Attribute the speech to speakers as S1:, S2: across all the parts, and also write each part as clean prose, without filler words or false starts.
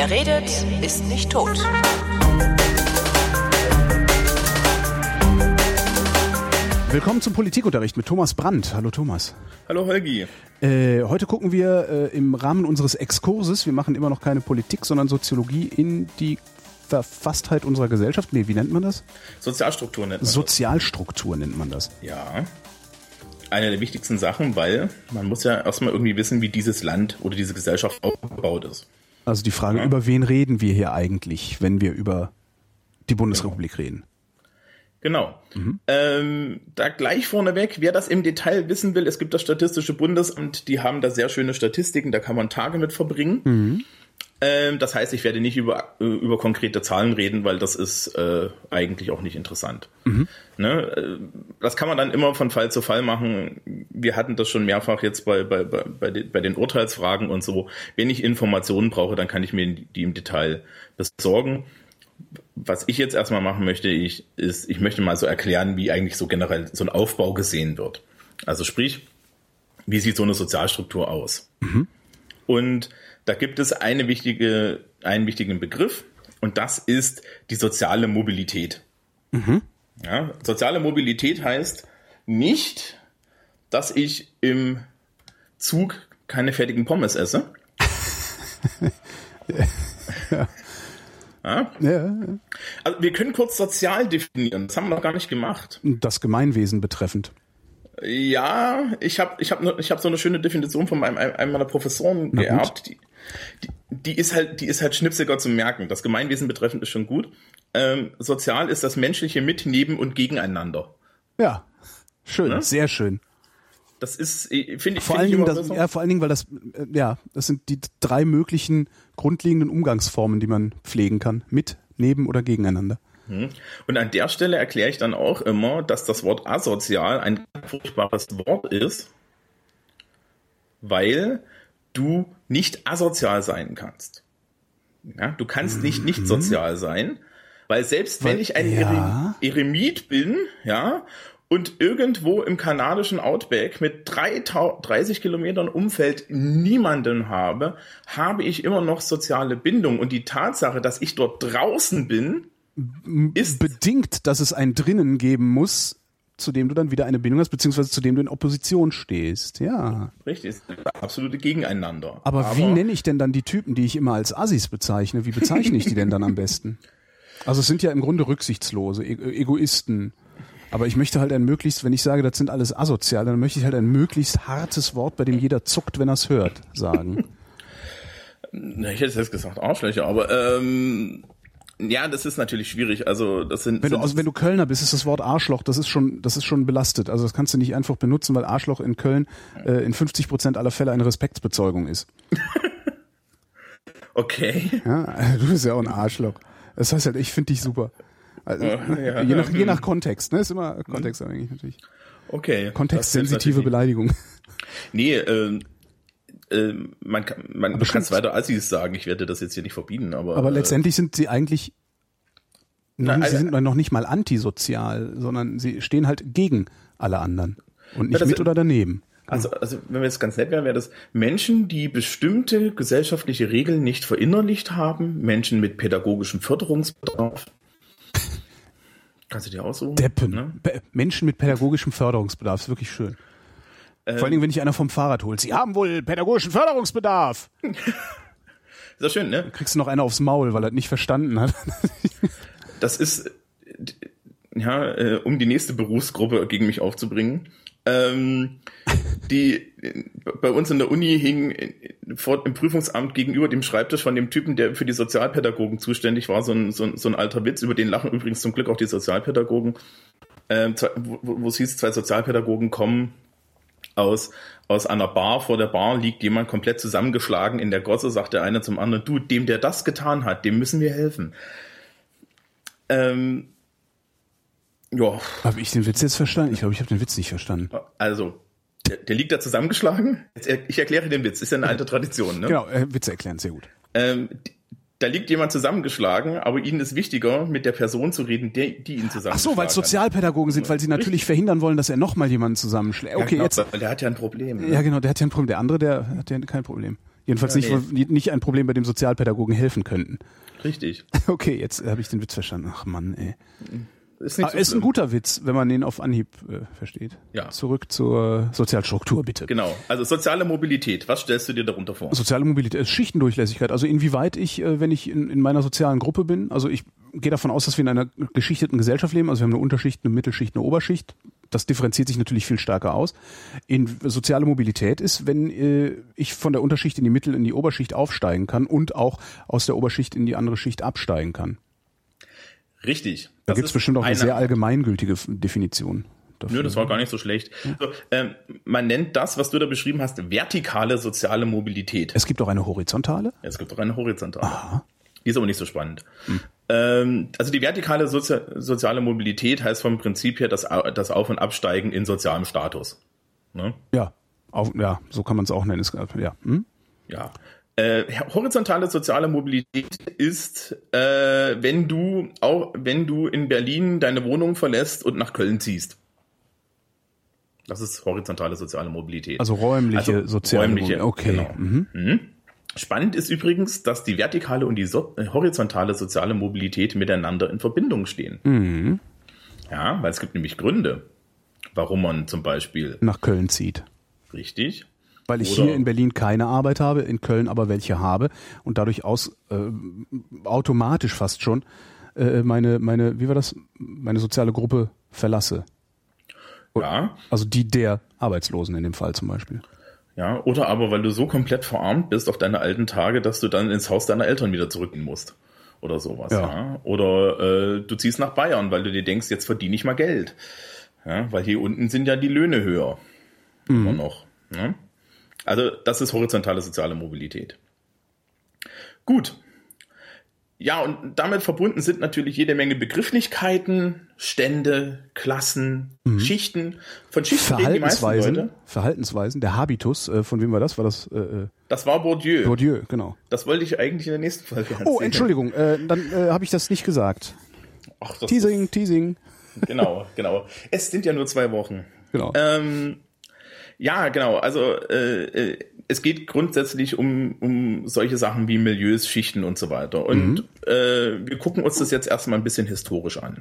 S1: Wer redet, ist nicht tot.
S2: Willkommen zum Politikunterricht mit Thomas Brandt. Hallo Thomas.
S3: Hallo Holgi.
S2: Heute gucken wir im Rahmen unseres Exkurses, wir machen immer noch keine Politik, sondern Soziologie, in die Verfasstheit unserer Gesellschaft. Nee, wie nennt man das?
S3: Sozialstruktur nennt man das.
S2: Sozialstruktur nennt man das.
S3: Ja. Eine der wichtigsten Sachen, weil man muss ja erstmal irgendwie wissen, wie dieses Land oder diese Gesellschaft aufgebaut ist.
S2: Also die Frage, über wen reden wir hier eigentlich, wenn wir über die Bundesrepublik reden?
S3: Genau. Da gleich vorneweg, wer das im Detail wissen will, es gibt das Statistische Bundesamt, die haben da sehr schöne Statistiken, da kann man Tage mit verbringen. Das heißt, ich werde nicht über konkrete Zahlen reden, weil das ist eigentlich auch nicht interessant. Ne? Das kann man dann immer von Fall zu Fall machen. Wir hatten das schon mehrfach jetzt bei den Urteilsfragen und so. Wenn ich Informationen brauche, dann kann ich mir die im Detail besorgen. Was ich jetzt erstmal machen möchte, ich möchte mal so erklären, wie eigentlich so generell so ein Aufbau gesehen wird. Also sprich, wie sieht so eine Sozialstruktur aus? Und da gibt es einen wichtigen Begriff, und das ist die soziale Mobilität. Ja, soziale Mobilität heißt nicht, dass ich im Zug keine fertigen Pommes esse.
S2: Ja.
S3: Ja. Also wir können kurz sozial definieren, das haben wir noch gar nicht gemacht.
S2: Das Gemeinwesen betreffend.
S3: Ja, ich hab so eine schöne Definition von einem meiner Professoren geerbt. Die ist halt schnipsiger zu merken. Das Gemeinwesen betreffend ist schon gut. Sozial ist das menschliche mit, neben und gegeneinander.
S2: Ja, schön, ja? Sehr schön.
S3: Das ist, finde ich,
S2: vor allen Dingen, weil das sind die drei möglichen grundlegenden Umgangsformen, die man pflegen kann. Mit, neben oder gegeneinander.
S3: Und an der Stelle erkläre ich dann auch immer, dass das Wort asozial ein furchtbares Wort ist, weil du nicht asozial sein kannst. Ja, du kannst nicht sozial sein, weil selbst wenn ich ein Eremit bin, ja, und irgendwo im kanadischen Outback mit 30 Kilometern Umfeld niemanden habe ich immer noch soziale Bindung. Und die Tatsache, dass ich dort draußen bin, ist
S2: bedingt, dass es ein Drinnen geben muss, zu dem du dann wieder eine Bindung hast, beziehungsweise zu dem du in Opposition stehst. Ja.
S3: Richtig, ist absolute Gegeneinander.
S2: Aber wie nenne ich denn dann die Typen, die ich immer als Assis bezeichne? Wie bezeichne ich die denn dann am besten? Also es sind ja im Grunde Rücksichtslose, Egoisten. Aber ich möchte halt wenn ich sage, das sind alles asozial, dann möchte ich halt ein möglichst hartes Wort, bei dem jeder zuckt, wenn er es hört, sagen.
S3: Ich hätte jetzt gesagt Arschlöcher, aber ja, das ist natürlich schwierig. Also wenn
S2: du Kölner bist, ist das Wort Arschloch, das ist schon belastet. Also das kannst du nicht einfach benutzen, weil Arschloch in Köln in 50% aller Fälle eine Respektsbezeugung ist.
S3: Okay.
S2: Ja, du bist ja auch ein Arschloch. Das heißt halt, ich finde dich super. Also, je nach Kontext, ne? Ist immer kontextabhängig natürlich.
S3: Okay.
S2: Kontextsensitive Beleidigung.
S3: Nee, man kann es weiter Assis sagen, ich werde das jetzt hier nicht verbieten, aber
S2: letztendlich sind sie eigentlich sie sind noch nicht mal antisozial, sondern sie stehen halt gegen alle anderen und nicht mit oder daneben.
S3: Also wenn wir jetzt ganz nett wären, wäre das Menschen, die bestimmte gesellschaftliche Regeln nicht verinnerlicht haben, Menschen mit pädagogischem Förderungsbedarf. Kannst du dir aussuchen?
S2: Deppen. Ne? Menschen mit pädagogischem Förderungsbedarf, ist wirklich schön. Vor allen Dingen, wenn dich einer vom Fahrrad holt. Sie haben wohl pädagogischen Förderungsbedarf.
S3: Ist das schön, ne?
S2: Dann kriegst du noch einer aufs Maul, weil er nicht verstanden hat.
S3: Das ist, um die nächste Berufsgruppe gegen mich aufzubringen. Die bei uns in der Uni hing im Prüfungsamt gegenüber dem Schreibtisch von dem Typen, der für die Sozialpädagogen zuständig war, so ein alter Witz, über den lachen übrigens zum Glück auch die Sozialpädagogen, wo es hieß, 2 Sozialpädagogen kommen aus einer Bar. Vor der Bar liegt jemand komplett zusammengeschlagen in der Gosse, sagt der eine zum anderen, du, dem, der das getan hat, dem müssen wir helfen. Ja.
S2: Habe ich den Witz jetzt verstanden? Ich glaube, ich habe den Witz nicht verstanden.
S3: Also, der liegt da zusammengeschlagen. Ich erkläre den Witz. Ist ja eine alte Tradition, ne?
S2: Genau, Witze erklären, sehr gut.
S3: Da liegt jemand zusammengeschlagen, aber ihnen ist wichtiger, mit der Person zu reden, die ihn zusammengeschlagen hat. Ach so,
S2: weil es Sozialpädagogen sind, weil sie natürlich verhindern wollen, dass er nochmal jemanden zusammenschlägt. Okay,
S3: ja, genau, der hat ja ein Problem. Ne?
S2: Ja, genau, der hat ja ein Problem. Der andere, der hat ja kein Problem. Jedenfalls nicht ein Problem, bei dem Sozialpädagogen helfen könnten.
S3: Richtig.
S2: Okay, jetzt habe ich den Witz verstanden. Ach Mann, ey.
S3: Ist nicht so
S2: ist ein guter Witz, wenn man den auf Anhieb versteht.
S3: Ja.
S2: Zurück zur Sozialstruktur, bitte.
S3: Genau. Also soziale Mobilität. Was stellst du dir darunter vor?
S2: Soziale Mobilität ist Schichtendurchlässigkeit. Also inwieweit ich, wenn ich in meiner sozialen Gruppe bin, also ich gehe davon aus, dass wir in einer geschichteten Gesellschaft leben. Also wir haben eine Unterschicht, eine Mittelschicht, eine Oberschicht. Das differenziert sich natürlich viel stärker aus. Soziale Mobilität ist, wenn ich von der Unterschicht in die Mittel- in die Oberschicht aufsteigen kann und auch aus der Oberschicht in die andere Schicht absteigen kann.
S3: Richtig.
S2: Da gibt es bestimmt auch eine sehr allgemeingültige Definition dafür.
S3: Nö, das war gar nicht so schlecht. So, man nennt das, was du da beschrieben hast, vertikale soziale Mobilität.
S2: Es gibt auch eine horizontale?
S3: Es gibt auch eine horizontale.
S2: Aha.
S3: Die ist aber nicht so spannend. Also die vertikale soziale Mobilität heißt vom Prinzip her das Auf- und Absteigen in sozialem Status. Ne?
S2: Ja, so kann man es auch nennen.
S3: Ja. Horizontale soziale Mobilität ist, wenn du in Berlin deine Wohnung verlässt und nach Köln ziehst. Das ist horizontale soziale Mobilität.
S2: Also räumliche soziale Mobilität. Okay.
S3: Genau. Mhm. Spannend ist übrigens, dass die vertikale und die horizontale soziale Mobilität miteinander in Verbindung stehen.
S2: Mhm.
S3: Ja, weil es gibt nämlich Gründe, warum man zum Beispiel
S2: nach Köln zieht.
S3: Richtig.
S2: Weil ich hier in Berlin keine Arbeit habe, in Köln aber welche habe und dadurch automatisch fast schon meine soziale Gruppe verlasse.
S3: Ja.
S2: Also die der Arbeitslosen in dem Fall zum Beispiel.
S3: Ja, oder aber weil du so komplett verarmt bist auf deine alten Tage, dass du dann ins Haus deiner Eltern wieder zurückgehen musst. Oder sowas. Ja. Oder du ziehst nach Bayern, weil du dir denkst, jetzt verdiene ich mal Geld. Ja, weil hier unten sind ja die Löhne höher. Immer noch. Ja? Also das ist horizontale soziale Mobilität. Gut. Ja, und damit verbunden sind natürlich jede Menge Begrifflichkeiten, Stände, Klassen, Schichten. Von Schichten reden die meisten Leute.
S2: Verhaltensweisen, der Habitus, von wem war das? War das?
S3: Das war Bourdieu.
S2: Bourdieu, genau.
S3: Das wollte ich eigentlich in der nächsten Folge erzählen.
S2: Oh, Entschuldigung, dann habe ich das nicht gesagt.
S3: Ach,
S2: Teasing.
S3: Genau. Es sind ja nur 2 Wochen.
S2: Genau.
S3: Ja, genau. Also es geht grundsätzlich um solche Sachen wie Milieus, Schichten und so weiter. Und wir gucken uns das jetzt erstmal ein bisschen historisch an.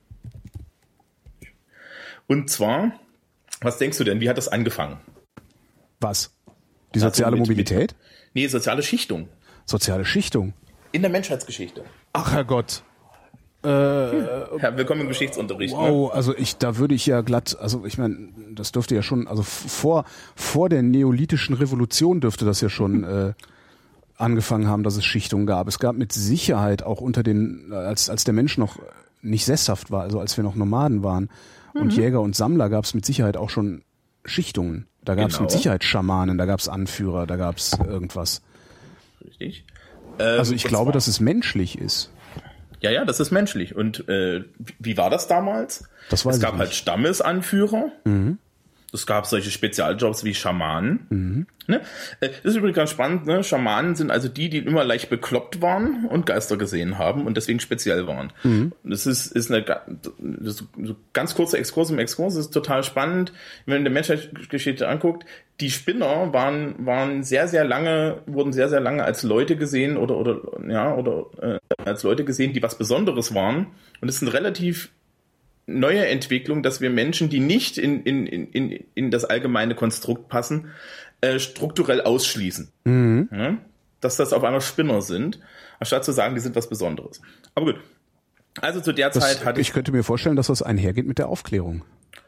S3: Und zwar, was denkst du denn, wie hat das angefangen?
S2: Was? Die soziale Mobilität?
S3: Nee, soziale Schichtung.
S2: Soziale Schichtung?
S3: In der Menschheitsgeschichte.
S2: Ach Herrgott.
S3: Ja, willkommen im Geschichtsunterricht.
S2: Wow, ne? Also da würde ich ja glatt, also ich meine, das dürfte ja schon, also vor der neolithischen Revolution dürfte das ja schon angefangen haben, dass es Schichtungen gab. Es gab mit Sicherheit auch unter als der Mensch noch nicht sesshaft war, also als wir noch Nomaden waren und Jäger und Sammler, gab es mit Sicherheit auch schon Schichtungen. Da gab es mit Sicherheit Schamanen, da gab es Anführer, da gab es irgendwas.
S3: Richtig.
S2: Also ich glaube, dass es menschlich ist.
S3: Ja, das ist menschlich. Und wie war das damals?
S2: Das weiß ich nicht.
S3: Es gab halt Stammesanführer. Es gab solche Spezialjobs wie Schamanen. Ne? Das ist übrigens ganz spannend. Ne? Schamanen sind also die immer leicht bekloppt waren und Geister gesehen haben und deswegen speziell waren. Das ist eine ganz kurzer Exkurs im Exkurs. Das ist total spannend. Wenn man die Menschheitsgeschichte anguckt, die Spinner wurden sehr, sehr lange als Leute gesehen oder als Leute gesehen, die was Besonderes waren. Und es ist eine relativ neue Entwicklung, dass wir Menschen, die nicht in das allgemeine Konstrukt passen, strukturell ausschließen. Ja? Dass das auf einmal Spinner sind, anstatt zu sagen, die sind was Besonderes. Aber gut. Also zu der Zeit
S2: ich könnte mir vorstellen, dass das einhergeht mit der Aufklärung.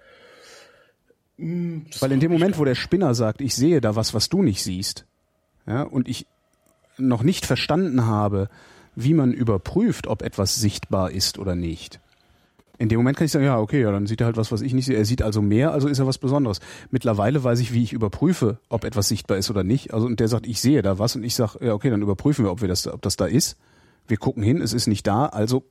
S2: Weil in dem Moment, wo der Spinner sagt, ich sehe da was du nicht siehst, ja, und ich noch nicht verstanden habe, wie man überprüft, ob etwas sichtbar ist oder nicht. In dem Moment kann ich sagen, ja, okay, dann sieht er halt was ich nicht sehe. Er sieht also mehr, also ist er was Besonderes. Mittlerweile weiß ich, wie ich überprüfe, ob etwas sichtbar ist oder nicht. Also und der sagt, ich sehe da was und ich sage, ja, okay, dann überprüfen wir, ob das da ist. Wir gucken hin, es ist nicht da, also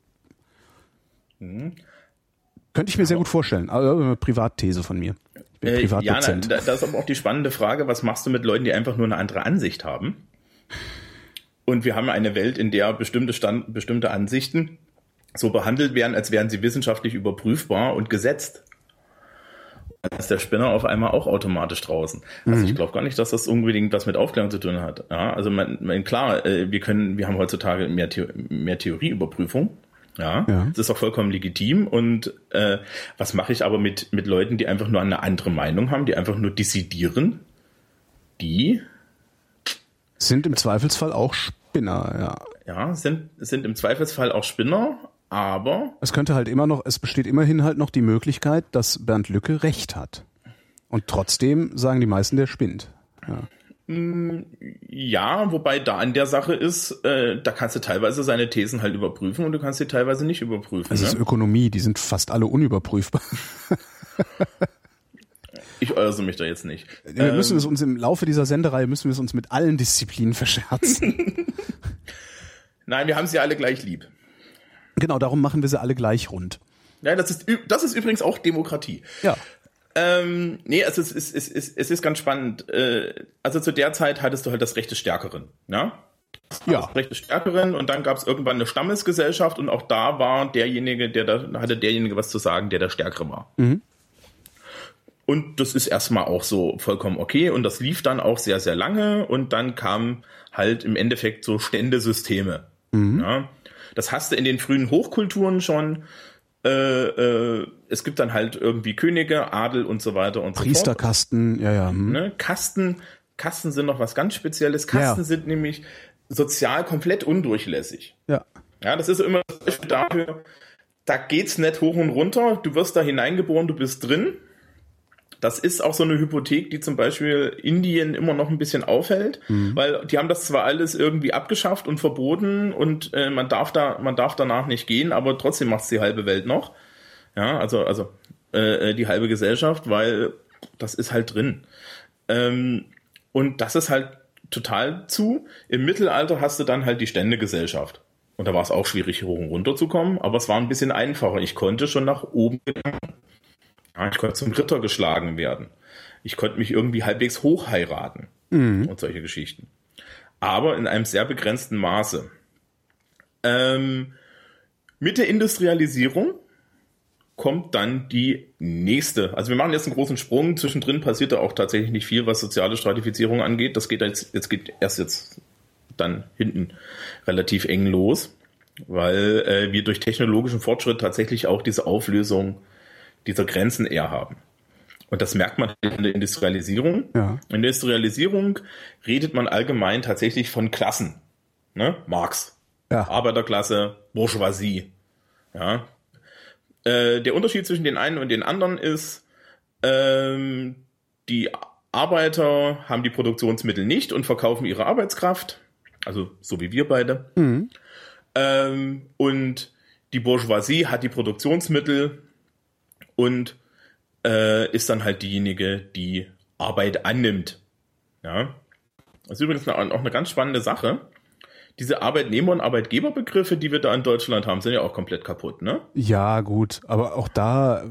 S2: könnte ich mir sehr gut vorstellen. Also eine Privatthese von mir. Ich bin Privatdozent.
S3: Ja, das ist aber auch die spannende Frage, was machst du mit Leuten, die einfach nur eine andere Ansicht haben? Und wir haben eine Welt, in der bestimmte Ansichten so behandelt werden, als wären sie wissenschaftlich überprüfbar und gesetzt. ist der Spinner auf einmal auch automatisch draußen. Also ich glaube gar nicht, dass das unbedingt was mit Aufklärung zu tun hat. Ja, also klar, wir haben heutzutage mehr Theorieüberprüfung. Ja, das ist auch vollkommen legitim. Und was mache ich aber mit Leuten, die einfach nur eine andere Meinung haben, die einfach nur dissidieren? Die
S2: sind im Zweifelsfall auch Spinner, ja.
S3: Ja, sind im Zweifelsfall auch Spinner, aber
S2: es besteht immerhin halt noch die Möglichkeit, dass Bernd Lücke recht hat. Und trotzdem sagen die meisten, der spinnt. Ja.
S3: Ja, wobei da an der Sache ist, da kannst du teilweise seine Thesen halt überprüfen und du kannst sie teilweise nicht überprüfen.
S2: Das ist Ökonomie, die sind fast alle unüberprüfbar.
S3: Ich äußere mich da jetzt nicht.
S2: Wir müssen es uns im Laufe dieser Sendereihe mit allen Disziplinen verscherzen.
S3: Nein, wir haben sie alle gleich lieb.
S2: Genau, darum machen wir sie alle gleich rund.
S3: Ja, das ist übrigens auch Demokratie.
S2: Ja.
S3: Nee, also es ist ganz spannend. Also zu der Zeit hattest du halt das Recht des Stärkeren, ja?
S2: Ja.
S3: Das Recht des Stärkeren und dann gab es irgendwann eine Stammesgesellschaft und auch da war derjenige, hatte derjenige was zu sagen, der Stärkere war. Mhm. Und das ist erstmal auch so vollkommen okay und das lief dann auch sehr, sehr lange und dann kamen halt im Endeffekt so Ständesysteme. Mhm. Ja? Das hast du in den frühen Hochkulturen schon. Es gibt dann halt irgendwie Könige, Adel und so weiter und so fort.
S2: Priesterkasten, ja.
S3: Ne? Kasten sind noch was ganz Spezielles. Kasten sind nämlich sozial komplett undurchlässig.
S2: Ja.
S3: Ja, das ist immer das Beispiel dafür, da geht's nicht hoch und runter, du wirst da hineingeboren, du bist drin. Das ist auch so eine Hypothek, die zum Beispiel Indien immer noch ein bisschen aufhält, weil die haben das zwar alles irgendwie abgeschafft und verboten und man darf danach nicht gehen, aber trotzdem macht's die halbe Welt noch. Ja, also die halbe Gesellschaft, weil das ist halt drin. Und das ist halt total zu. Im Mittelalter hast du dann halt die Ständegesellschaft. Und da war es auch schwierig, hoch und runter zu kommen, aber es war ein bisschen einfacher. Ich konnte schon nach oben gelangen. Ja, ich konnte zum Ritter geschlagen werden. Ich konnte mich irgendwie halbwegs hochheiraten und solche Geschichten. Aber in einem sehr begrenzten Maße. Mit der Industrialisierung kommt dann die nächste. Also wir machen jetzt einen großen Sprung. Zwischendrin passiert da auch tatsächlich nicht viel, was soziale Stratifizierung angeht. Das geht geht erst dann hinten relativ eng los, weil wir durch technologischen Fortschritt tatsächlich auch diese Auflösung dieser Grenzen eher haben. Und das merkt man in der Industrialisierung. Ja. In der Industrialisierung redet man allgemein tatsächlich von Klassen. Ne? Marx. Ja. Arbeiterklasse, Bourgeoisie. Ja. Der Unterschied zwischen den einen und den anderen ist, die Arbeiter haben die Produktionsmittel nicht und verkaufen ihre Arbeitskraft. Also so wie wir beide. Mhm. Und die Bourgeoisie hat die Produktionsmittel und ist dann halt diejenige, die Arbeit annimmt. Ja. Das ist übrigens auch eine ganz spannende Sache. Diese Arbeitnehmer- und Arbeitgeberbegriffe, die wir da in Deutschland haben, sind ja auch komplett kaputt, ne?
S2: Ja, gut, aber auch da,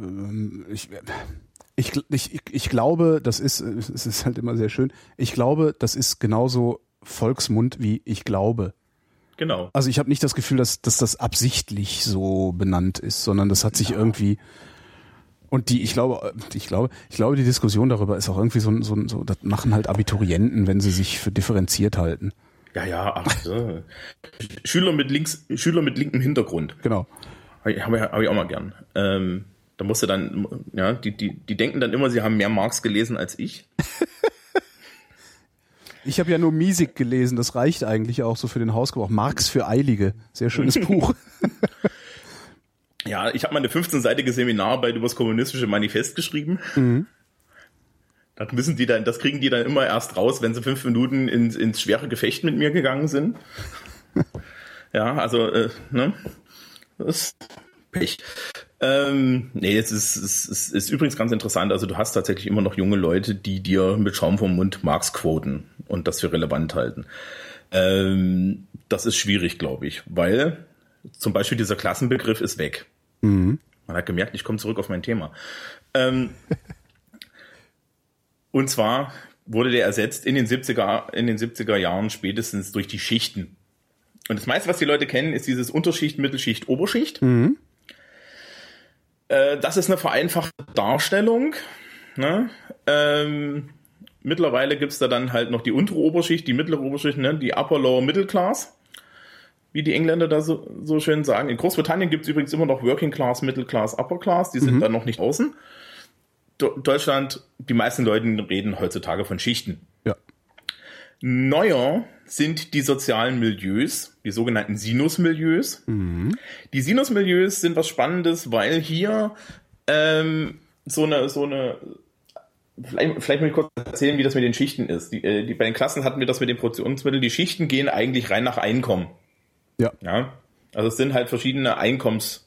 S2: ich glaube, es ist halt immer sehr schön, ich glaube, das ist genauso Volksmund wie ich glaube.
S3: Genau.
S2: Also ich habe nicht das Gefühl, dass das absichtlich so benannt ist, sondern das hat sich irgendwie. Und ich glaube, die Diskussion darüber ist auch irgendwie so, das machen halt Abiturienten, wenn sie sich für differenziert halten.
S3: Ja, ach so. Schüler mit linkem Hintergrund.
S2: Genau.
S3: Hab ich auch mal gern. Da musst du dann, ja, die denken dann immer, sie haben mehr Marx gelesen als ich.
S2: Ich habe ja nur Miesig gelesen, das reicht eigentlich auch so für den Hausgebrauch. Marx für Eilige, sehr schönes Buch.
S3: Ja, ich habe mal eine 15-seitige Seminararbeit über das kommunistische Manifest geschrieben. Mhm. Das kriegen die dann immer erst raus, wenn sie 5 Minuten ins schwere Gefecht mit mir gegangen sind. Ja, also, ne? Das ist Pech. Nee, es ist übrigens ganz interessant. Also du hast tatsächlich immer noch junge Leute, die dir mit Schaum vom Mund Marx quoten und das für relevant halten. Das ist schwierig, glaube ich, weil zum Beispiel dieser Klassenbegriff ist weg. Mhm. Man hat gemerkt, ich komme zurück auf mein Thema. Und zwar wurde der ersetzt in den 70er Jahren spätestens durch die Schichten. Und das meiste, was die Leute kennen, ist dieses Unterschicht, Mittelschicht, Oberschicht. Mhm. Das ist eine vereinfachte Darstellung. Ne? Mittlerweile gibt's da dann halt noch die untere Oberschicht, die mittlere Oberschicht, ne? Die Upper Lower Middle Class, wie die Engländer da so schön sagen. In Großbritannien gibt's übrigens immer noch Working Class, Middle Class, Upper Class, die sind dann noch nicht außen. Deutschland, die meisten Leute reden heutzutage von Schichten.
S2: Ja.
S3: Neuer sind die sozialen Milieus, die sogenannten Sinusmilieus. Die Sinusmilieus sind was Spannendes, weil hier so eine vielleicht mal kurz erzählen, wie das mit den Schichten ist. Die bei den Klassen hatten wir das mit den Produktionsmitteln. Die Schichten gehen eigentlich rein nach Einkommen.
S2: Ja.
S3: Also es sind halt verschiedene Einkommenssparten.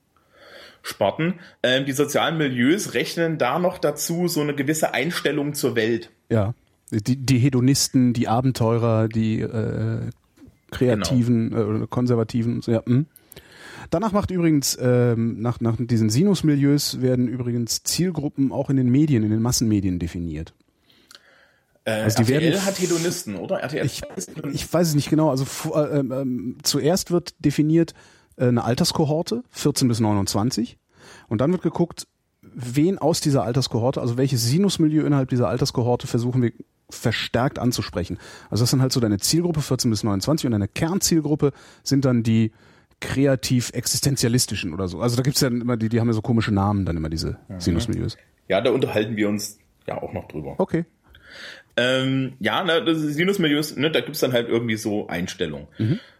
S3: Die sozialen Milieus rechnen da noch dazu so eine gewisse Einstellung zur Welt.
S2: Ja. Die Hedonisten, die Abenteurer, die Kreativen, oder Konservativen und so, ja. Danach macht übrigens, nach diesen Sinusmilieus werden übrigens Zielgruppen auch in den Medien, in den Massenmedien definiert.
S3: Also die RTL hat Hedonisten, oder? RTL
S2: ich weiß es nicht genau. Also zuerst wird definiert eine Alterskohorte, 14 bis 29. Und dann wird geguckt, wen aus dieser Alterskohorte, also welches Sinusmilieu innerhalb dieser Alterskohorte versuchen wir verstärkt anzusprechen. Also das sind halt so deine Zielgruppe 14 bis 29 und deine Kernzielgruppe sind dann die kreativ-existenzialistischen oder so. Also da gibt's ja immer, die haben ja so komische Namen dann immer, diese Sinusmilieus.
S3: Ja, da unterhalten wir uns ja auch noch drüber.
S2: Okay.
S3: Das Sinusmilieus, ne, da gibt's dann halt irgendwie so Einstellungen.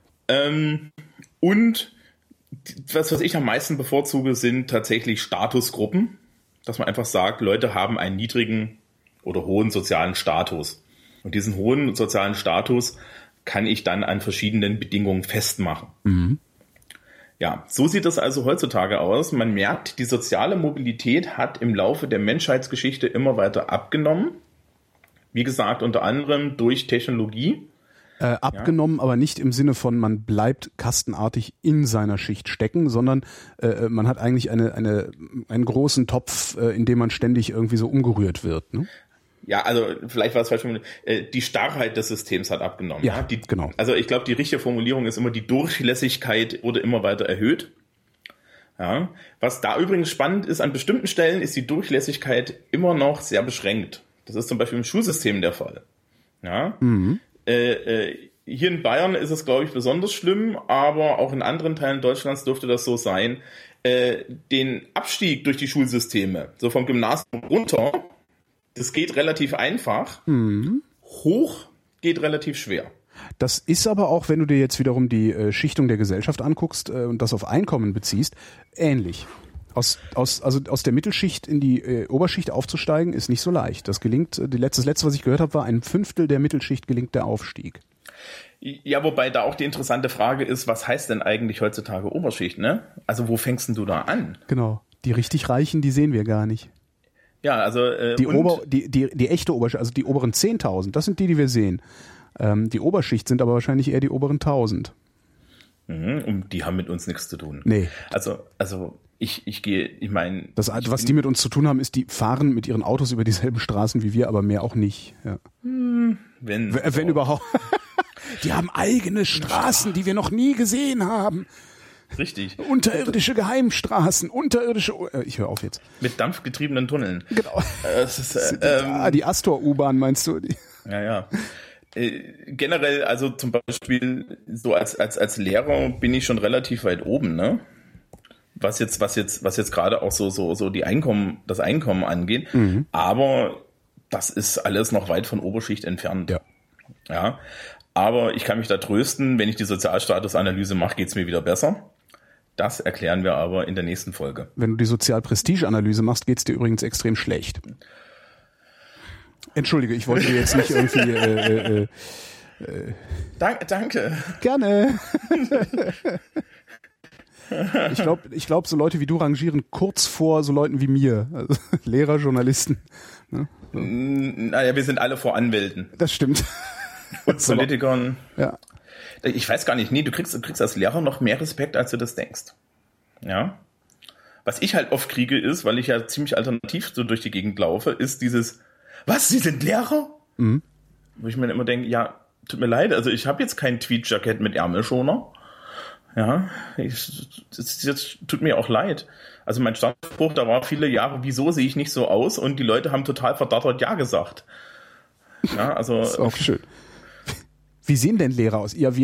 S3: Und was ich am meisten bevorzuge, sind tatsächlich Statusgruppen, dass man einfach sagt, Leute haben einen niedrigen oder hohen sozialen Status. Und diesen hohen sozialen Status kann ich dann an verschiedenen Bedingungen festmachen. Ja, so sieht das also heutzutage aus. Man merkt, die soziale Mobilität hat im Laufe der Menschheitsgeschichte immer weiter abgenommen. Wie gesagt, unter anderem durch Technologie.
S2: Abgenommen, aber nicht im Sinne von, man bleibt kastenartig in seiner Schicht stecken, sondern man hat eigentlich einen großen Topf, in dem man ständig irgendwie so umgerührt wird. Ne?
S3: Ja, also vielleicht war es falsch formuliert. Die Starrheit des Systems hat abgenommen.
S2: Ja, genau.
S3: Also ich glaube, die richtige Formulierung ist immer, die Durchlässigkeit wurde immer weiter erhöht. Ja. Was da übrigens spannend ist, an bestimmten Stellen ist die Durchlässigkeit immer noch sehr beschränkt. Das ist zum Beispiel im Schulsystem der Fall. Ja. Hier in Bayern ist es, glaube ich, besonders schlimm, aber auch in anderen Teilen Deutschlands dürfte das so sein. Den Abstieg durch die Schulsysteme, so vom Gymnasium runter, das geht relativ einfach. Hoch geht relativ schwer.
S2: Das ist aber auch, wenn du dir jetzt wiederum die Schichtung der Gesellschaft anguckst und das auf Einkommen beziehst, ähnlich. Also aus der Mittelschicht in die Oberschicht aufzusteigen, ist nicht so leicht. Das gelingt, das letzte, was ich gehört habe, war 1/5 der Mittelschicht gelingt der Aufstieg.
S3: Ja, wobei da auch die interessante Frage ist, was heißt denn eigentlich heutzutage Oberschicht, ne? Also wo fängst denn du da an?
S2: Genau. Die richtig Reichen, die sehen wir gar nicht.
S3: Ja, also
S2: die echte Oberschicht, also die oberen 10.000, das sind die wir sehen. Die Oberschicht sind aber wahrscheinlich eher die oberen 1.000.
S3: Und die haben mit uns nichts zu tun.
S2: Nee.
S3: Also ich meine...
S2: Was die mit uns zu tun haben, ist, die fahren mit ihren Autos über dieselben Straßen wie wir, aber mehr auch nicht. Ja. Wenn überhaupt. Die haben eigene Straßen, die wir noch nie gesehen haben.
S3: Richtig.
S2: Unterirdische Geheimstraßen, ich höre auf jetzt.
S3: Mit dampfgetriebenen Tunneln.
S2: Genau. Die Astor-U-Bahn meinst du?
S3: Ja. Generell, also zum Beispiel so als Lehrer bin ich schon relativ weit oben, ne? Was jetzt gerade auch so das Einkommen angeht. Aber das ist alles noch weit von Oberschicht entfernt. Ja. Aber ich kann mich da trösten, wenn ich die Sozialstatusanalyse mache, geht's mir wieder besser. Das erklären wir aber in der nächsten Folge.
S2: Wenn du die Sozialprestigeanalyse machst, geht's dir übrigens extrem schlecht. Entschuldige, ich wollte dir jetzt nicht irgendwie...
S3: Danke.
S2: Gerne. Ich glaube, so Leute wie du rangieren kurz vor so Leuten wie mir. Also Lehrer, Journalisten. Ne? So.
S3: Naja, wir sind alle vor Anwälten.
S2: Das stimmt.
S3: Und Politikern.
S2: Ja.
S3: Ich weiß gar nicht, du kriegst als Lehrer noch mehr Respekt, als du das denkst. Ja. Was ich halt oft kriege ist, weil ich ja ziemlich alternativ so durch die Gegend laufe, ist dieses, was, Sie sind Lehrer? Wo ich mir immer denke, ja, tut mir leid, also ich habe jetzt kein Tweedjacket mit Ärmelschoner. Ja, das tut mir auch leid. Also mein Standspruch, da war viele Jahre, wieso sehe ich nicht so aus? Und die Leute haben total verdattert Ja gesagt. Ja, also.
S2: Das ist auch schön. Wie sehen denn Lehrer aus? Ja,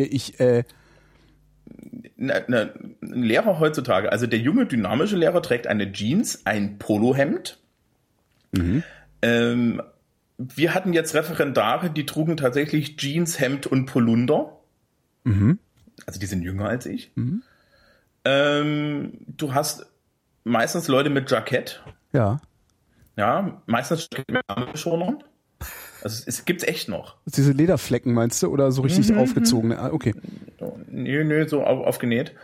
S3: Ein Lehrer heutzutage, also der junge, dynamische Lehrer trägt eine Jeans, ein Polohemd. Mhm. Wir hatten jetzt Referendare, die trugen tatsächlich Jeans, Hemd und Polunder. Mhm. Also die sind jünger als ich. Mhm. Du hast meistens Leute mit Jackett.
S2: Ja.
S3: Ja, meistens Jackett mit Ärmelschonern. Also es gibt's echt noch.
S2: Diese Lederflecken meinst du? Oder so richtig aufgezogene? Okay.
S3: Nö, so aufgenäht.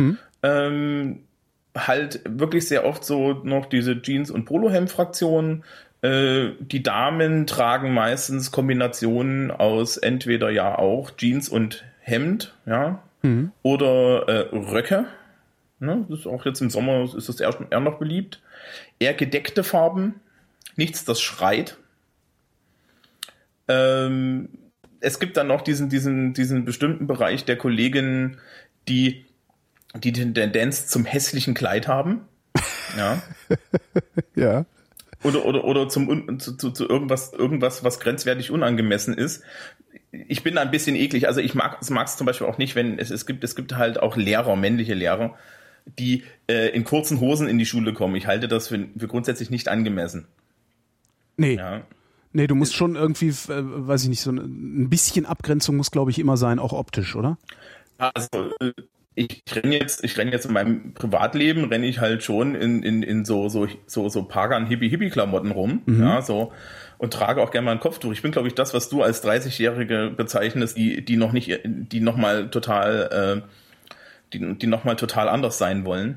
S3: Halt wirklich sehr oft so noch diese Jeans- und Polohemd-Fraktionen. Die Damen tragen meistens Kombinationen aus entweder ja auch Jeans und Hemd, ja, oder Röcke. Ne? Das ist auch jetzt im Sommer ist das eher noch beliebt. Eher gedeckte Farben, nichts, das schreit. Es gibt dann noch diesen bestimmten Bereich der Kolleginnen, die Tendenz zum hässlichen Kleid haben. Ja.
S2: Ja.
S3: Oder zu irgendwas, was grenzwertig unangemessen ist. Ich bin da ein bisschen eklig. Also ich mag es zum Beispiel auch nicht, wenn es gibt halt auch Lehrer, männliche Lehrer, die in kurzen Hosen in die Schule kommen. Ich halte das für grundsätzlich nicht angemessen.
S2: Nee.
S3: Ja.
S2: Nee, du musst schon irgendwie, weiß ich nicht, so ein bisschen Abgrenzung muss, glaube ich, immer sein, auch optisch, oder?
S3: Also ich renne jetzt in meinem Privatleben, renne ich halt schon in so Pagan-Hippie-Klamotten rum, ja, so, und trage auch gerne mal ein Kopftuch. Ich bin, glaube ich, das, was du als 30-Jährige bezeichnest, die noch mal total anders sein wollen.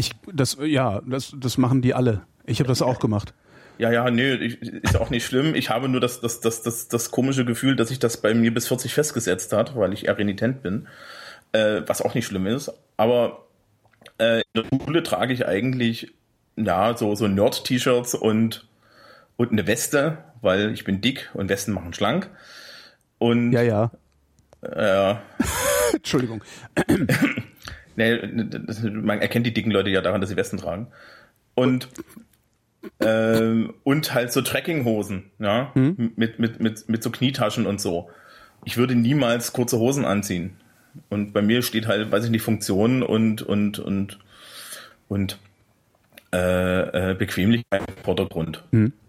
S3: Das machen die alle. Ich habe das auch gemacht. Ja, nö, ist auch nicht schlimm. Ich habe nur das komische Gefühl, dass sich das bei mir bis 40 festgesetzt hat, weil ich eher renitent bin. Was auch nicht schlimm ist. Aber in der Schule trage ich eigentlich so Nerd-T-Shirts und eine Weste, weil ich bin dick und Westen machen schlank. Und
S2: ja. Entschuldigung.
S3: Man erkennt die dicken Leute ja daran, dass sie Westen tragen. Und halt so Trekkinghosen, ja, mit so Knietaschen und so. Ich würde niemals kurze Hosen anziehen. Und bei mir steht halt, weiß ich nicht, Funktion und Bequemlichkeit im Vordergrund.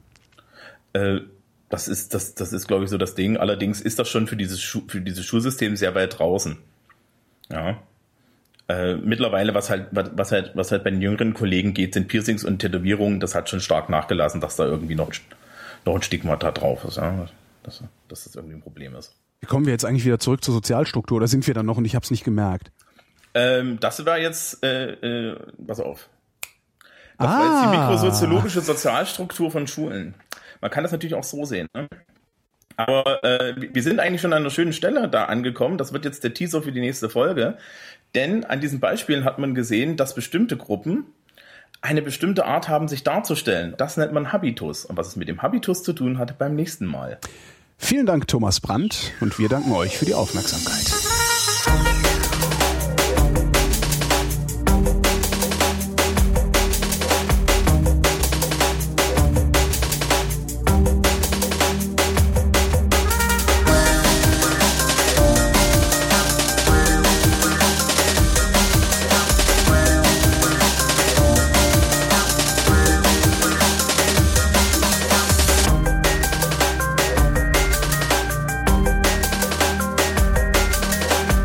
S3: Das ist, glaube ich, so das Ding. Allerdings ist das schon für dieses Schulsystem sehr weit draußen. Ja. Mittlerweile, was halt bei den jüngeren Kollegen geht, sind Piercings und Tätowierungen. Das hat schon stark nachgelassen, dass da irgendwie noch ein Stigma da drauf ist. Ja? Dass das irgendwie ein Problem ist.
S2: Wie kommen wir jetzt eigentlich wieder zurück zur Sozialstruktur? Oder sind wir da noch und ich habe es nicht gemerkt?
S3: Das war jetzt, pass auf. Das war jetzt die mikrosoziologische Sozialstruktur von Schulen. Man kann das natürlich auch so sehen. Ne? Aber wir sind eigentlich schon an einer schönen Stelle da angekommen. Das wird jetzt der Teaser für die nächste Folge. Denn an diesen Beispielen hat man gesehen, dass bestimmte Gruppen eine bestimmte Art haben, sich darzustellen. Das nennt man Habitus. Und was es mit dem Habitus zu tun hat, beim nächsten Mal.
S2: Vielen Dank, Thomas Brandt. Und wir danken euch für die Aufmerksamkeit.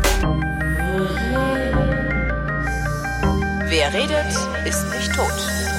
S1: Wer redet, ist nicht tot.